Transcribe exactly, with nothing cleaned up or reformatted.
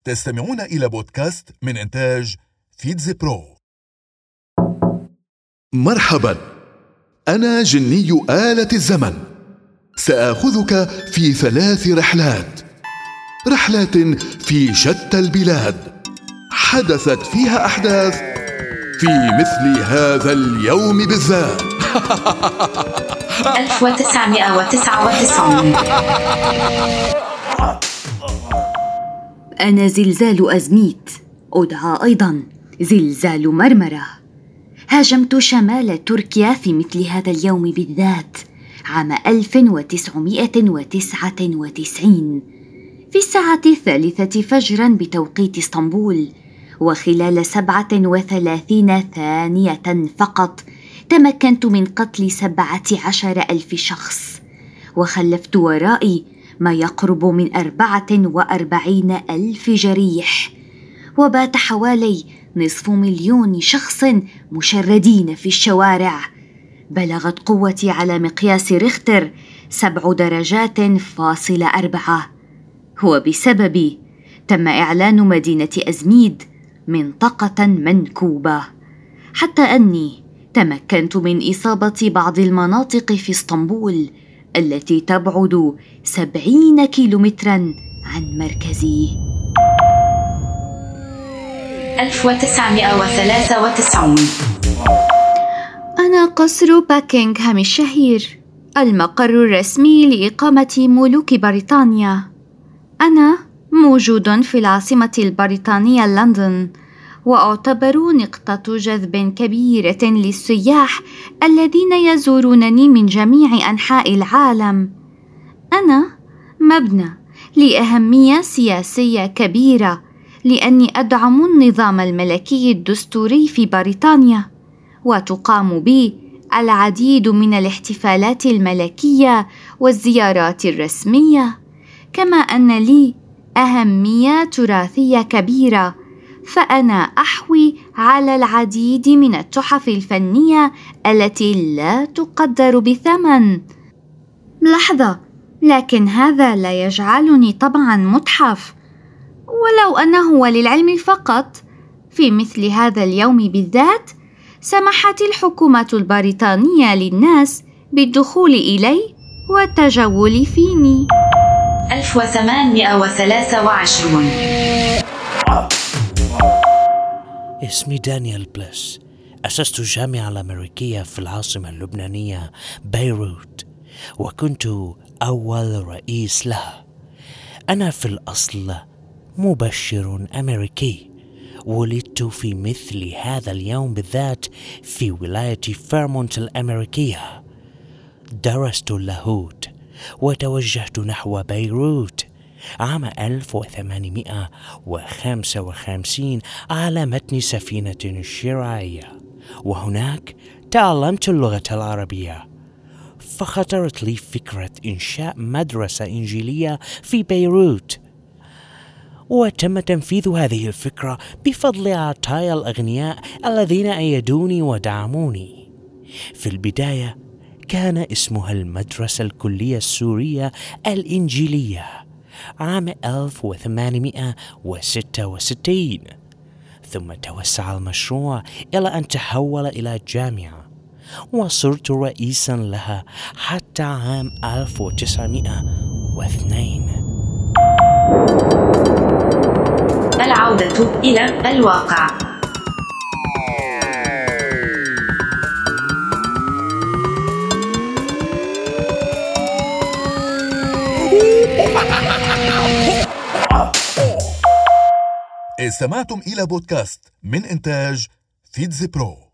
تستمعون إلى بودكاست من إنتاج فيتز برو. مرحبا، أنا جني آلة الزمن. سآخذك في ثلاث رحلات رحلات في شتى البلاد حدثت فيها أحداث في مثل هذا اليوم بالذات. ألف وتسعمائة وتسعة وتسعين. أنا زلزال أزميت، أدعى أيضاً زلزال مرمرة. هاجمت شمال تركيا في مثل هذا اليوم بالذات عام ألف وتسعمائة وتسعة وتسعين في الساعة الثالثة فجراً بتوقيت اسطنبول، وخلال سبعة وثلاثين ثانية فقط تمكنت من قتل سبعة عشر ألف شخص، وخلفت ورائي ما يقرب من أربعة وأربعين ألف جريح، وبات حوالي نصف مليون شخص مشردين في الشوارع. بلغت قوتي على مقياس ريختر سبع درجات فاصل أربعة، وبسببي تم إعلان مدينة أزميد منطقة منكوبة، حتى أني تمكنت من إصابة بعض المناطق في اسطنبول التي تبعد سبعين كيلومتراً عن مركزي. ألف وتسعمائة وثلاثة وتسعين. أنا قصر باكنغهام الشهير، المقر الرسمي لإقامة ملوك بريطانيا. أنا موجود في العاصمة البريطانية لندن، وأعتبر نقطة جذب كبيرة للسياح الذين يزورونني من جميع أنحاء العالم. أنا مبنى لأهمية سياسية كبيرة، لأني أدعم النظام الملكي الدستوري في بريطانيا، وتقام بي العديد من الاحتفالات الملكية والزيارات الرسمية، كما أن لي أهمية تراثية كبيرة، فأنا أحوي على العديد من التحف الفنية التي لا تقدر بثمن. لحظة، لكن هذا لا يجعلني طبعاً متحف، ولو أنه وللعلم فقط. في مثل هذا اليوم بالذات سمحت الحكومة البريطانية للناس بالدخول إلي والتجول فيني. ألف وثمانمائة وثلاثة وعشرين. اسمي دانيال بليس. أسست الجامعة الأمريكية في العاصمة اللبنانية بيروت، وكنت أول رئيس لها. أنا في الأصل مبشر أمريكي، ولدت في مثل هذا اليوم بالذات في ولاية فيرمونت الأمريكية. درست اللاهوت وتوجهت نحو بيروت عام ألف وثمانمائة وخمسة وخمسين على متن سفينة شراعية، وهناك تعلمت اللغة العربية. فخطرت لي فكرة إنشاء مدرسة إنجيلية في بيروت، وتم تنفيذ هذه الفكرة بفضل عطايا الأغنياء الذين أيدوني ودعموني. في البداية كان اسمها المدرسة الكلية السورية الإنجيلية عام ألف وثمانمائة وستة وستين، ثم توسع المشروع إلى أن تحول إلى جامعة، وصرت رئيسا لها حتى عام ألف وتسعمائة واثنين. العودة إلى الواقع. استمعتم إلى بودكاست من إنتاج فيتز برو.